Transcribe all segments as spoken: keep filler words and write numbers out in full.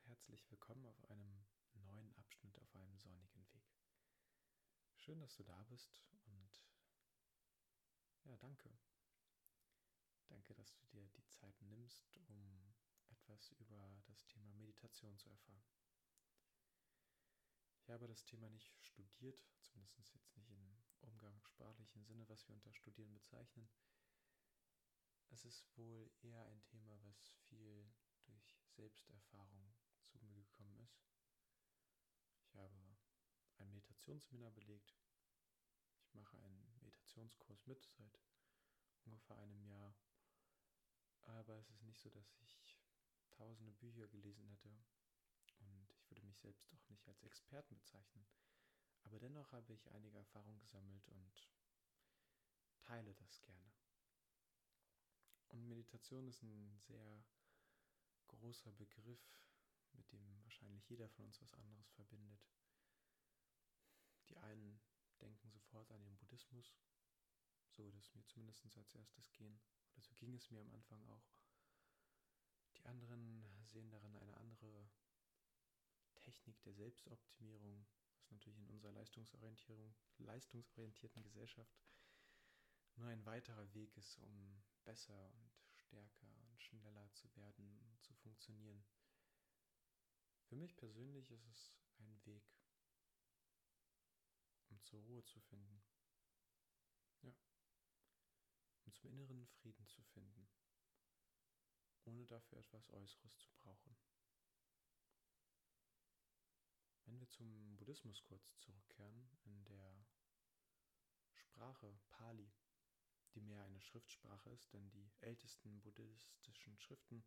herzlich willkommen auf einem neuen Abschnitt auf einem sonnigen Weg. Schön, dass du da bist und ja, danke. Danke, dass du dir die Zeit nimmst, um etwas über das Thema Meditation zu erfahren. Ich habe das Thema nicht studiert, zumindest jetzt nicht im umgangssprachlichen Sinne, was wir unter Studieren bezeichnen. Es ist wohl eher ein Thema, was viel durch Selbsterfahrung zu mir gekommen ist. Ich habe ein Meditationsseminar belegt. Ich mache einen Meditationskurs mit seit ungefähr einem Jahr. Aber es ist nicht so, dass ich tausende Bücher gelesen hätte. Und ich würde mich selbst auch nicht als Experten bezeichnen. Aber dennoch habe ich einige Erfahrungen gesammelt und teile das gerne. Und Meditation ist ein sehr großer Begriff, mit dem wahrscheinlich jeder von uns was anderes verbindet. Die einen denken sofort an den Buddhismus. So würde es mir zumindest als erstes gehen. Oder so ging es mir am Anfang auch. Die anderen sehen darin eine andere Technik der Selbstoptimierung, was natürlich in unserer Leistungsorientierung, leistungsorientierten Gesellschaft nur ein weiterer Weg ist, um besser und stärker und schneller zu werden und zu funktionieren. Für mich persönlich ist es ein Weg, um zur Ruhe zu finden. Ja, um zum inneren Frieden zu finden, ohne dafür etwas Äußeres zu brauchen. Wenn wir zum Buddhismus kurz zurückkehren, in der Sprache Pali, die mehr eine Schriftsprache ist, denn die ältesten buddhistischen Schriften,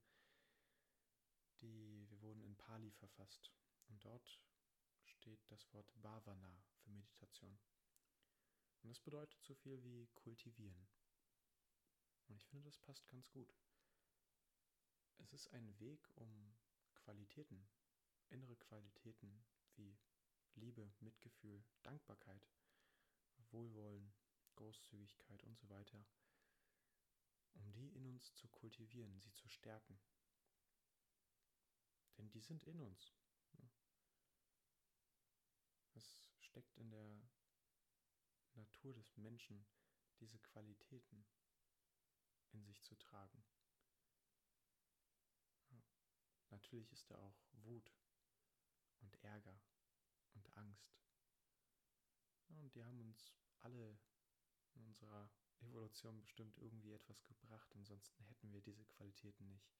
die wurden in Pali verfasst. Und dort steht das Wort Bhavana für Meditation. Und das bedeutet so viel wie kultivieren. Und ich finde, das passt ganz gut. Es ist ein Weg, um Qualitäten, innere Qualitäten wie Liebe, Mitgefühl, Dankbarkeit, Wohlwollen, Großzügigkeit und so weiter, um die in uns zu kultivieren, sie zu stärken. Denn die sind in uns. Es steckt in der Natur des Menschen, diese Qualitäten in sich zu tragen. Ja. Natürlich ist da auch Wut und Ärger und Angst. Ja, und die haben uns alle in unserer Evolution bestimmt irgendwie etwas gebracht, ansonsten hätten wir diese Qualitäten nicht.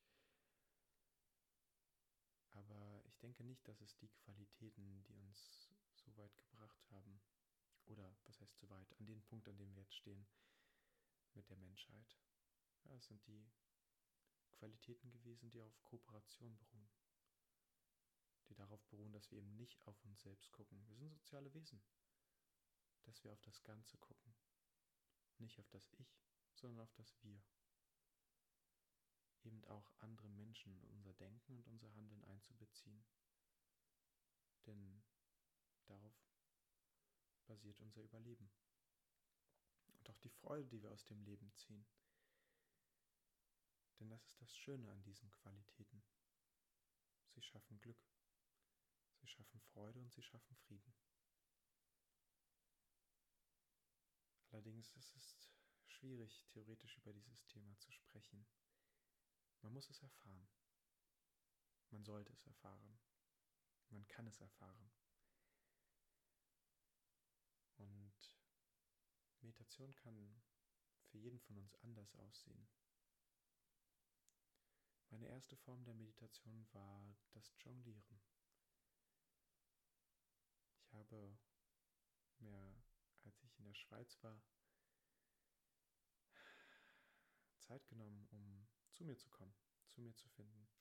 Aber ich denke nicht, dass es die Qualitäten, die uns so weit gebracht haben, oder was heißt so weit, an den Punkt, an dem wir jetzt stehen, mit der Menschheit. Ja, es sind die Qualitäten gewesen, die auf Kooperation beruhen. Die darauf beruhen, dass wir eben nicht auf uns selbst gucken. Wir sind soziale Wesen. Dass wir auf das Ganze gucken. Nicht auf das Ich, sondern auf das Wir. Eben auch andere Menschen in unser Denken und unser Handeln einzubeziehen. Denn darauf basiert unser Überleben. Und auch die Freude, die wir aus dem Leben ziehen. Denn das ist das Schöne an diesen Qualitäten. Sie schaffen Glück. Sie schaffen Freude und sie schaffen Frieden. Allerdings ist es schwierig, theoretisch über dieses Thema zu sprechen. Man muss es erfahren. Man sollte es erfahren. Man kann es erfahren. Und Meditation kann für jeden von uns anders aussehen. Meine erste Form der Meditation war das Jonglieren. Ich habe mir, als ich in der Schweiz war, Zeit genommen, um zu mir zu kommen, zu mir zu finden.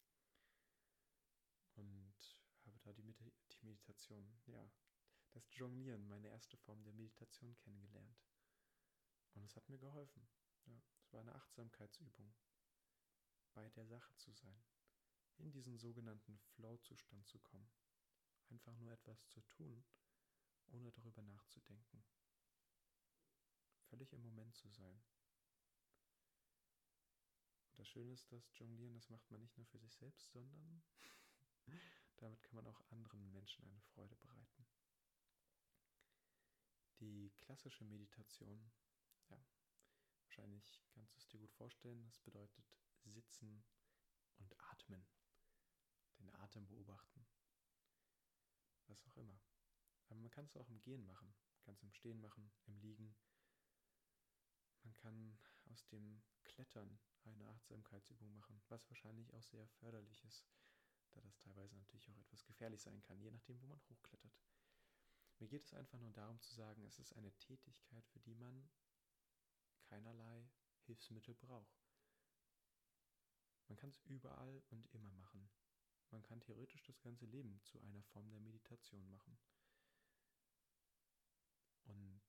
Und habe da die, Medi- die Meditation, ja, das Jonglieren, meine erste Form der Meditation kennengelernt. Und es hat mir geholfen. Ja, es war eine Achtsamkeitsübung, bei der Sache zu sein, in diesen sogenannten Flow-Zustand zu kommen. Einfach nur etwas zu tun, ohne darüber nachzudenken. Völlig im Moment zu sein. Und das Schöne ist, das Jonglieren, das macht man nicht nur für sich selbst, sondern Damit kann man auch anderen Menschen eine Freude bereiten. Die klassische Meditation, ja, wahrscheinlich kannst du es dir gut vorstellen, das bedeutet sitzen und atmen, den Atem beobachten, was auch immer. Aber man kann es auch im Gehen machen, man kann es im Stehen machen, im Liegen. Man kann aus dem Klettern eine Achtsamkeitsübung machen, was wahrscheinlich auch sehr förderlich ist, da das teilweise natürlich auch etwas gefährlich sein kann, je nachdem, wo man hochklettert. Mir geht es einfach nur darum zu sagen, es ist eine Tätigkeit, für die man keinerlei Hilfsmittel braucht. Man kann es überall und immer machen. Man kann theoretisch das ganze Leben zu einer Form der Meditation machen. Und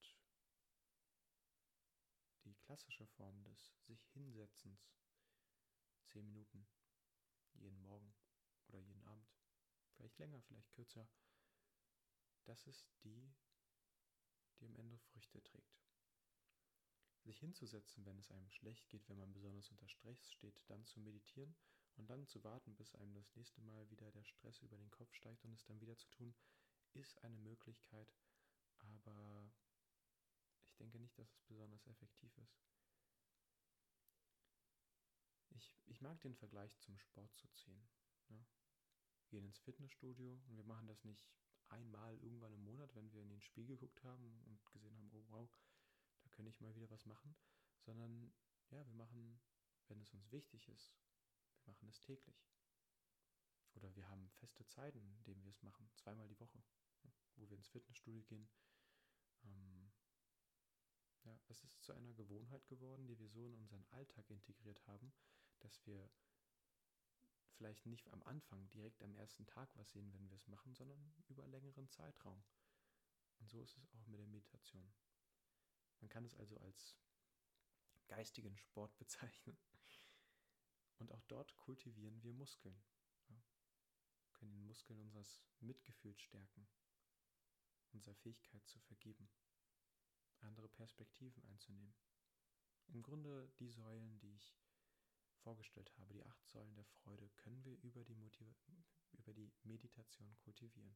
die klassische Form des sich Hinsetzens, zehn Minuten, jeden Morgen oder jeden Abend, vielleicht länger, vielleicht kürzer, das ist die, die am Ende Früchte trägt. Sich hinzusetzen, wenn es einem schlecht geht, wenn man besonders unter Stress steht, dann zu meditieren und dann zu warten, bis einem das nächste Mal wieder der Stress über den Kopf steigt und es dann wieder zu tun, ist eine Möglichkeit, aber ich denke nicht, dass es besonders effektiv ist. Ich, ich mag den Vergleich zum Sport zu ziehen. Ne? Wir gehen ins Fitnessstudio und wir machen das nicht einmal irgendwann im Monat, wenn wir in den Spiegel geguckt haben und gesehen haben, oh wow, da könnte ich mal wieder was machen, sondern ja, wir machen, wenn es uns wichtig ist, wir machen es täglich. Oder wir haben feste Zeiten, in denen wir es machen, zweimal die Woche, ne, wo wir ins Fitnessstudio gehen. Ähm, ja, es ist zu einer Gewohnheit geworden, die wir so in unseren Alltag integriert haben, dass wir vielleicht nicht am Anfang direkt am ersten Tag was sehen, wenn wir es machen, sondern über einen längeren Zeitraum. Und so ist es auch mit der Meditation. Man kann es also als geistigen Sport bezeichnen. Und auch dort kultivieren wir Muskeln. Ja, können die Muskeln unseres Mitgefühls stärken, unserer Fähigkeit zu vergeben, andere Perspektiven einzunehmen. Im Grunde die Säulen, die ich vorgestellt habe, die acht Säulen der Freude, können wir über die, Motiv- über die Meditation kultivieren.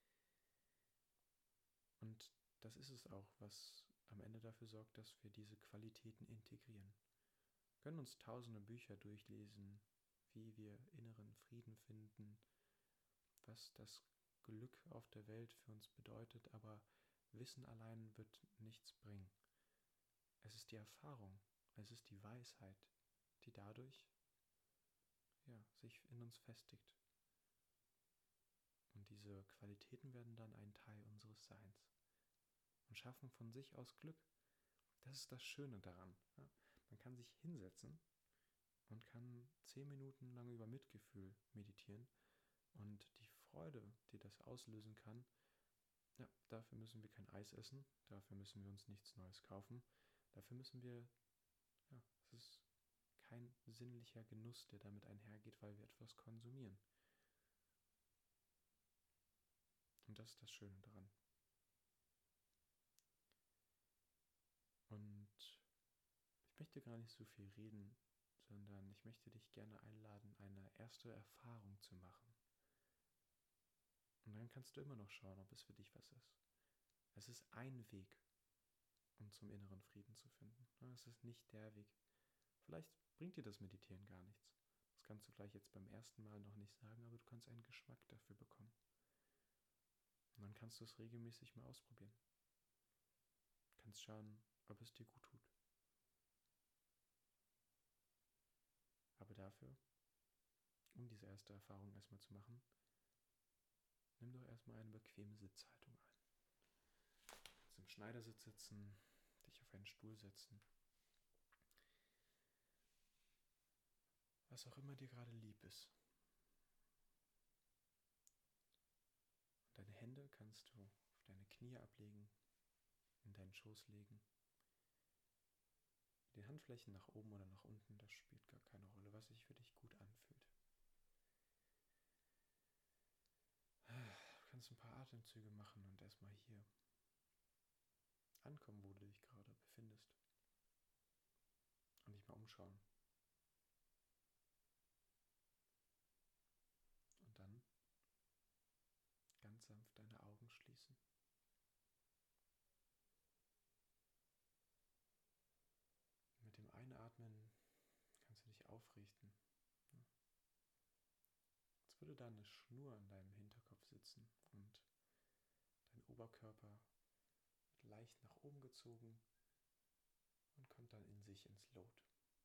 Und das ist es auch, was am Ende dafür sorgt, dass wir diese Qualitäten integrieren. Wir können uns tausende Bücher durchlesen, wie wir inneren Frieden finden, was das Glück auf der Welt für uns bedeutet, aber Wissen allein wird nichts bringen. Es ist die Erfahrung, es ist die Weisheit, die dadurch ja, sich in uns festigt. Und diese Qualitäten werden dann ein Teil unseres Seins und schaffen von sich aus Glück. Das ist das Schöne daran. Ja? Man kann sich hinsetzen und kann zehn Minuten lang über Mitgefühl meditieren und die Freude, die das auslösen kann, ja, dafür müssen wir kein Eis essen, dafür müssen wir uns nichts Neues kaufen, dafür müssen wir, ja, es ist kein sinnlicher Genuss, der damit einhergeht, weil wir etwas konsumieren. Und das ist das Schöne daran. Und ich möchte gar nicht so viel reden, sondern ich möchte dich gerne einladen, eine erste Erfahrung zu machen. Und dann kannst du immer noch schauen, ob es für dich was ist. Es ist ein Weg, um zum inneren Frieden zu finden. Es ist nicht der Weg. Vielleicht bringt dir das Meditieren gar nichts. Das kannst du gleich jetzt beim ersten Mal noch nicht sagen, aber du kannst einen Geschmack dafür bekommen. Und dann kannst du es regelmäßig mal ausprobieren. Du kannst schauen, ob es dir gut tut. Aber dafür, um diese erste Erfahrung erstmal zu machen, nimm doch erstmal eine bequeme Sitzhaltung ein. Du kannst im Schneidersitz sitzen, dich auf einen Stuhl setzen. Was auch immer dir gerade lieb ist. Und deine Hände kannst du auf deine Knie ablegen, in deinen Schoß legen. Die Handflächen nach oben oder nach unten, das spielt gar keine Rolle, was sich für dich gut anfühlt. Du kannst ein paar Atemzüge machen und erstmal hier ankommen, wo du dich gerade befindest. Und dich mal umschauen. Und dann sanft deine Augen schließen. Mit dem Einatmen kannst du dich aufrichten. Als würde da eine Schnur an deinem Hinterkopf sitzen und dein Oberkörper wird leicht nach oben gezogen und kommt dann in sich ins Lot.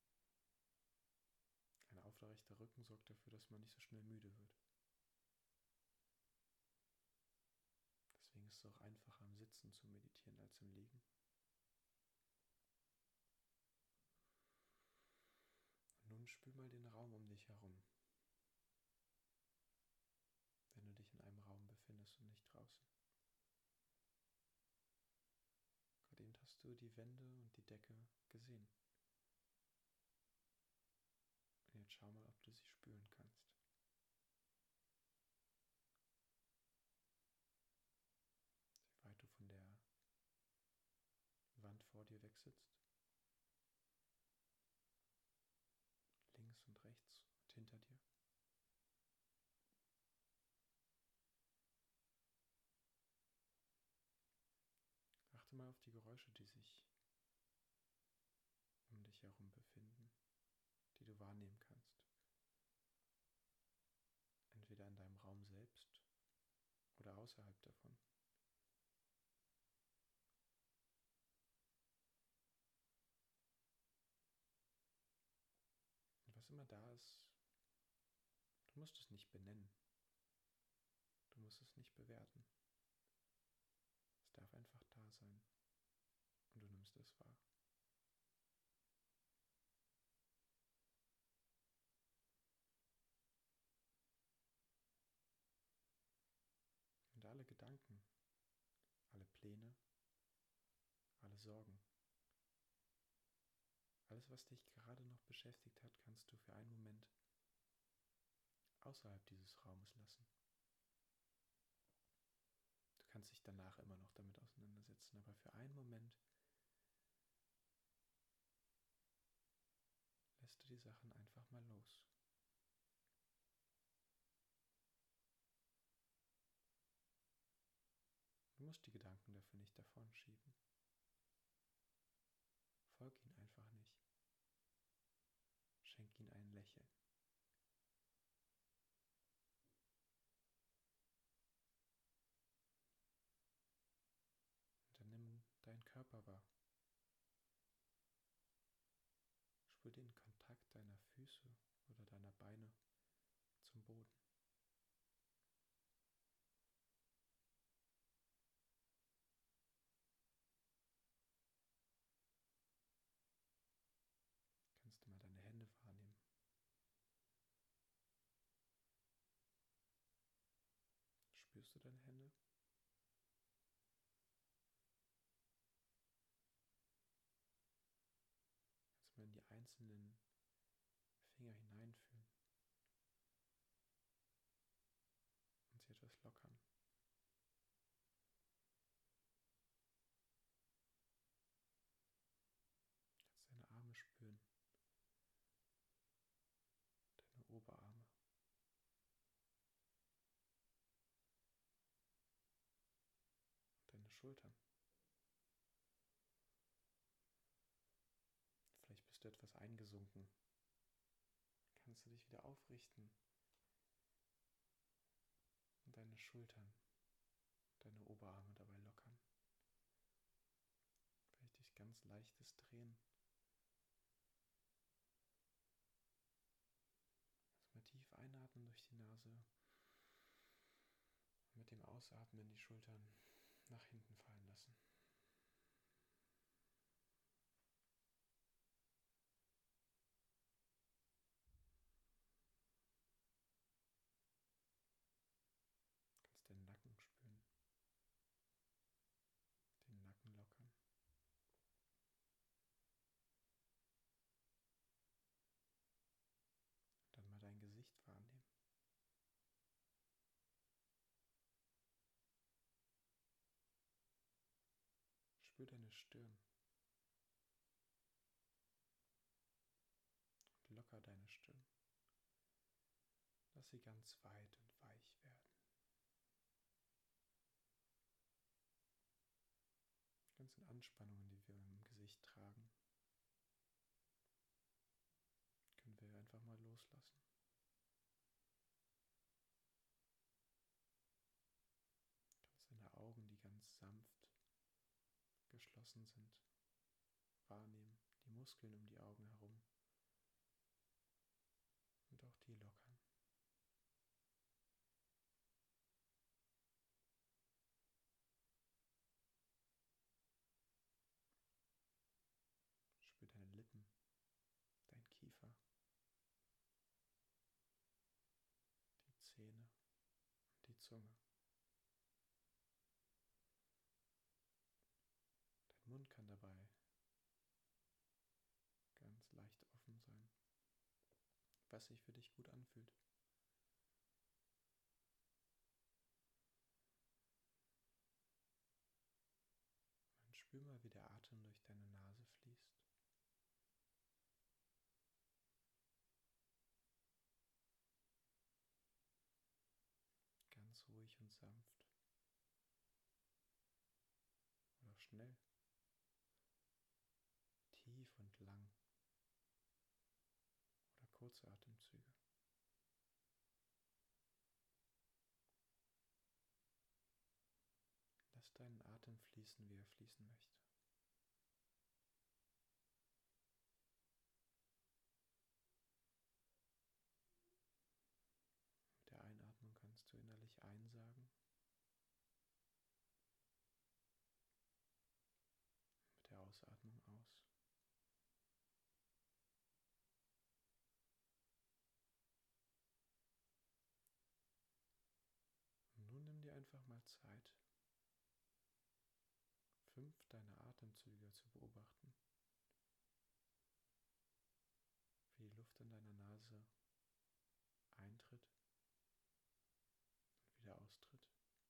Ein aufrechter Rücken sorgt dafür, dass man nicht so schnell müde wird. Deswegen ist es auch einfacher im Sitzen zu meditieren als im Liegen. Und nun spür mal den Raum um dich herum. Wenn du dich in einem Raum befindest und nicht draußen. Gerade eben hast du die Wände und die Decke gesehen. Und jetzt schau mal, ob du sie spüren kannst. Wie weit du von der Wand vor dir wegsitzt. Links und rechts und hinter dir. Achte mal auf die Geräusche, die sich um dich herum befinden, die du wahrnehmen kannst. Entweder in deinem Raum selbst oder außerhalb davon. Und was immer da ist, du musst es nicht benennen. Du musst es nicht bewerten. Es darf einfach da sein. Und du nimmst es wahr. Und alle Gedanken, alle Pläne, alle Sorgen, alles, was dich gerade noch beschäftigt hat, kannst du für einen Moment außerhalb dieses Raumes lassen. Du kannst dich danach immer noch damit auseinandersetzen, aber für einen Moment lässt du die Sachen einfach mal los. Du musst die Gedanken dafür nicht davon schieben. Folg ihnen einfach nicht. Schenk ihnen ein Lächeln. Und dann nimm deinen Körper wahr. Spür den Kontakt deiner Füße oder deiner Beine zum Boden. Kannst du mal deine Hände wahrnehmen. Spürst du deine Hände? Kannst du mal in die einzelnen Finger hineinfühlen und sie etwas lockern. Kannst deine Arme spüren, deine Oberarme. Deine Schultern. Vielleicht bist du etwas eingesunken. Kannst du dich wieder aufrichten und deine Schultern, deine Oberarme dabei lockern. Vielleicht durch ganz leichtes Drehen. Also mal tief einatmen durch die Nase und mit dem Ausatmen die Schultern nach hinten fallen lassen. Du kannst den Nacken spüren, den Nacken lockern. Und dann mal dein Gesicht wahrnehmen. Spür deine Stirn und locker deine Stirn. Lass sie ganz weit und weich werden. ganzen Anspannungen, die wir im Gesicht tragen, können wir einfach mal loslassen. Du kannst deine Augen, die ganz sanft geschlossen sind, wahrnehmen, die Muskeln um die Augen herum und auch die lockern. Spür deine Lippen, dein Kiefer, die Zähne und die Zunge. Dein Mund kann dabei ganz leicht offen sein, was sich für dich gut anfühlt. Dann spür mal, wie der Atem durch deine Nase fließt. Ganz ruhig und sanft. Oder schnell. Tief und lang. Oder kurze Atemzüge. Lass deinen Atem fließen, wie er fließen möchte. Mit der Einatmung kannst du innerlich einsagen. Mit der Ausatmung aus. Und nun nimm dir einfach mal Zeit, fünf deiner Atemzüge zu beobachten, wie die Luft in deiner Nase eintritt und wieder austritt.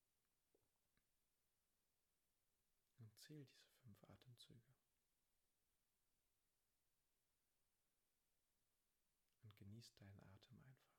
Und zähl diese fünf Atemzüge. Und genieß deinen Atem einfach.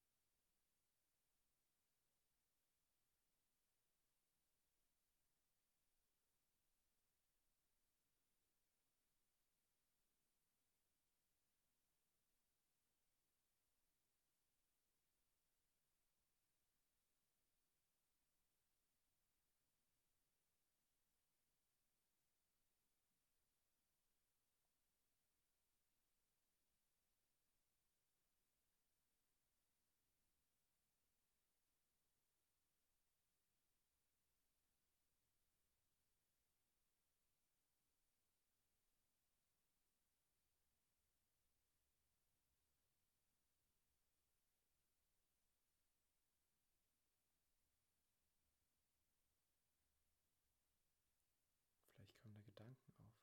Vielleicht kommen da Gedanken auf.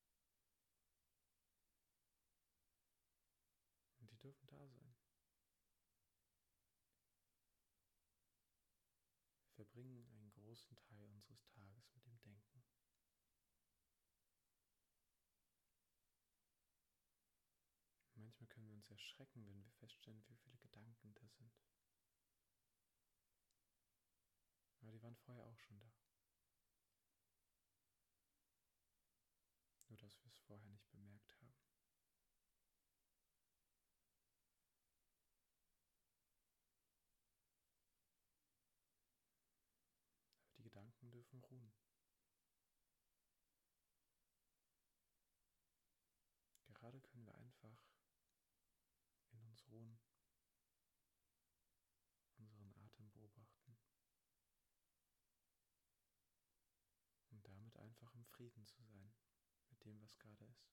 Und die dürfen da sein. Wir verbringen einen großen Teil unseres Tages mit dem Denken. Manchmal können wir uns erschrecken, wenn wir feststellen, wie viele Gedanken da sind. Aber die waren vorher auch schon da. Nur, dass wir es vorher nicht bemerkt haben. Aber die Gedanken dürfen ruhen. Gerade können wir einfach in uns ruhen, unseren Atem beobachten und damit einfach im Frieden zu sein mit dem, was gerade ist.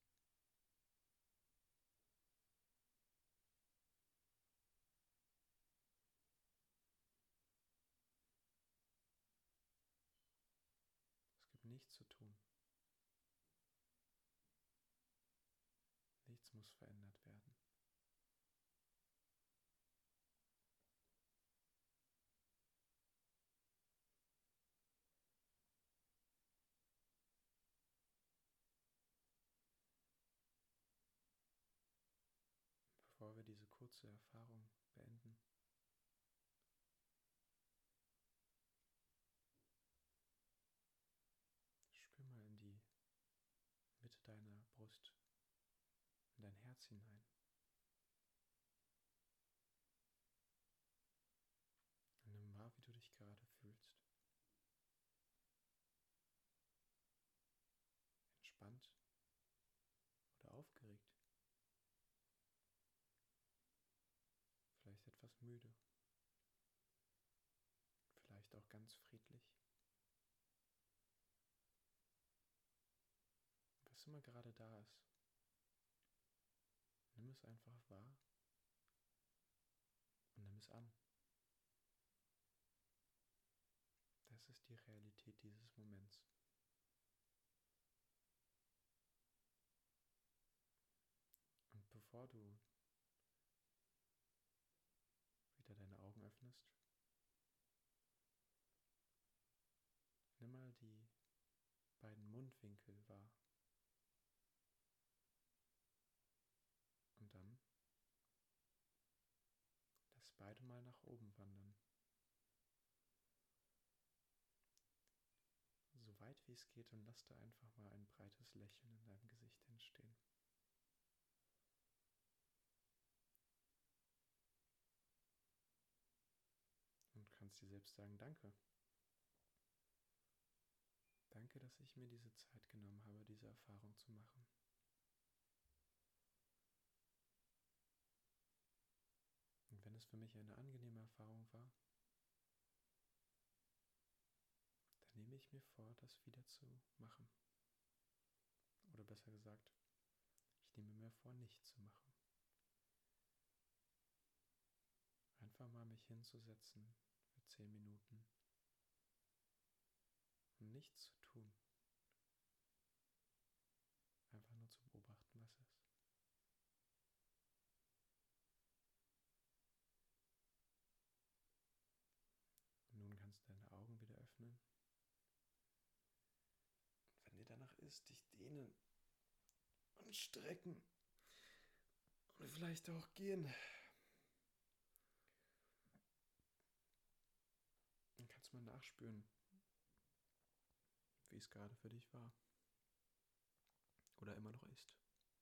Es gibt nichts zu tun. Nichts muss verändert werden. Bevor wir diese kurze Erfahrung beenden, spür mal in die bewusst in dein Herz hinein. Und nimm wahr, wie du dich gerade fühlst. Entspannt oder aufgeregt. Vielleicht etwas müde. Vielleicht auch ganz friedlich. Was immer gerade da ist, nimm es einfach wahr und nimm es an. Das ist die Realität dieses Moments. Und bevor du wieder deine Augen öffnest, nimm mal die beiden Mundwinkel wahr. Und dann lass beide mal nach oben wandern. So weit wie es geht, und lass da einfach mal ein breites Lächeln in deinem Gesicht entstehen. Und kannst dir selbst sagen, danke. Danke, dass ich mir diese Zeit genommen habe, diese Erfahrung zu machen. Und wenn es für mich eine angenehme Erfahrung war, dann nehme ich mir vor, das wieder zu machen. Oder besser gesagt, ich nehme mir vor, nicht zu machen. Einfach mal mich hinzusetzen für zehn Minuten und nichts zu tun. Einfach nur zu beobachten, was ist. Und nun kannst du deine Augen wieder öffnen. Und wenn dir danach ist, dich dehnen und strecken und vielleicht auch gehen. Dann kannst du mal nachspüren, wie es gerade für dich war. Oder immer noch ist.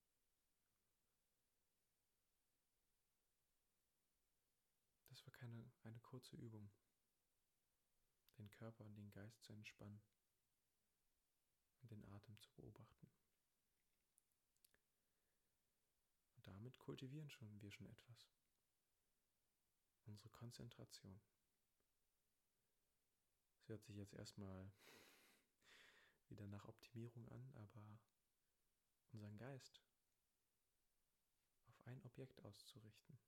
Das war keine eine kurze Übung, den Körper und den Geist zu entspannen und den Atem zu beobachten. Und damit kultivieren schon wir schon etwas. Unsere Konzentration. Es hört sich jetzt erstmal wieder nach Optimierung an, aber unseren Geist auf ein Objekt auszurichten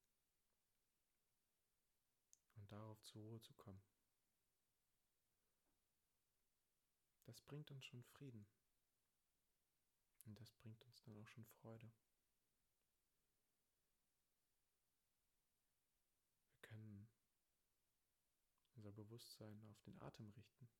und darauf zur Ruhe zu kommen. Das bringt uns schon Frieden. Und das bringt uns dann auch schon Freude. Wir können unser Bewusstsein auf den Atem richten.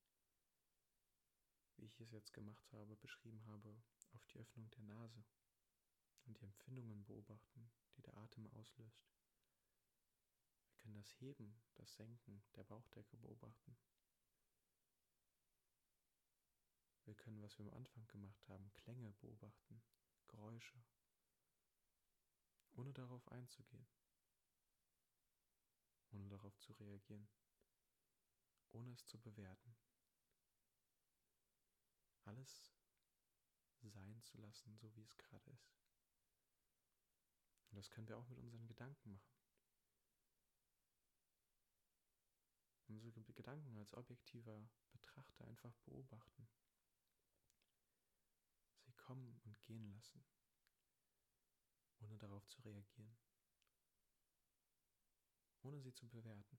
Wie ich es jetzt gemacht habe, beschrieben habe, auf die Öffnung der Nase und die Empfindungen beobachten, die der Atem auslöst. Wir können das Heben, das Senken der Bauchdecke beobachten. Wir können, was wir am Anfang gemacht haben, Klänge beobachten, Geräusche, ohne darauf einzugehen, ohne darauf zu reagieren, ohne es zu bewerten. Alles sein zu lassen, so wie es gerade ist. Und das können wir auch mit unseren Gedanken machen. Unsere Gedanken als objektiver Betrachter einfach beobachten. Sie kommen und gehen lassen, ohne darauf zu reagieren, ohne sie zu bewerten,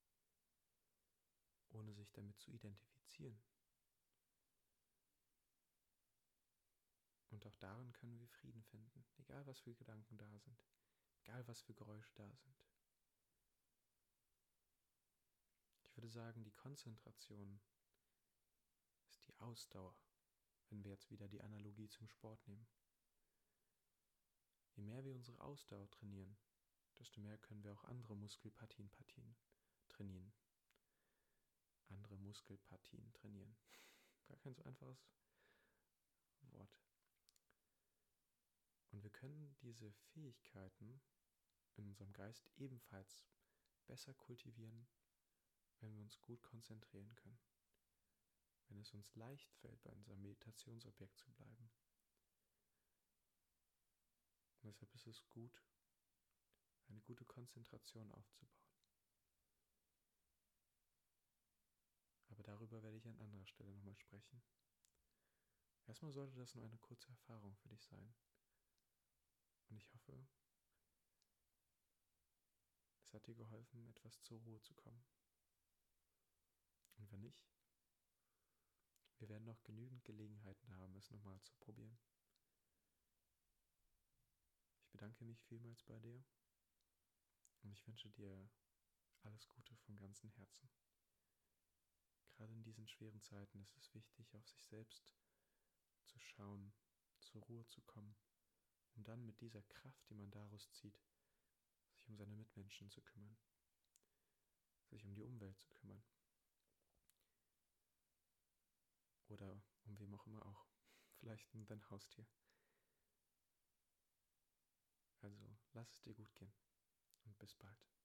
ohne sich damit zu identifizieren. Und auch darin können wir Frieden finden, egal was für Gedanken da sind, egal was für Geräusche da sind. Ich würde sagen, die Konzentration ist die Ausdauer, wenn wir jetzt wieder die Analogie zum Sport nehmen. Je mehr wir unsere Ausdauer trainieren, desto mehr können wir auch andere Muskelpartien Partien trainieren. Andere Muskelpartien trainieren. Gar kein so einfaches Wort. wir können diese Fähigkeiten in unserem Geist ebenfalls besser kultivieren, wenn wir uns gut konzentrieren können. Wenn es uns leicht fällt, bei unserem Meditationsobjekt zu bleiben. Und deshalb ist es gut, eine gute Konzentration aufzubauen. Aber darüber werde ich an anderer Stelle nochmal sprechen. Erstmal sollte das nur eine kurze Erfahrung für dich sein. Und ich hoffe, es hat dir geholfen, etwas zur Ruhe zu kommen. Und wenn nicht, wir werden noch genügend Gelegenheiten haben, es nochmal zu probieren. Ich bedanke mich vielmals bei dir und ich wünsche dir alles Gute vom ganzen Herzen. Gerade in diesen schweren Zeiten ist es wichtig, auf sich selbst zu schauen, zur Ruhe zu kommen, um dann mit dieser Kraft, die man daraus zieht, sich um seine Mitmenschen zu kümmern, sich um die Umwelt zu kümmern. Oder um wem auch immer auch. Vielleicht um dein Haustier. Also lass es dir gut gehen und bis bald.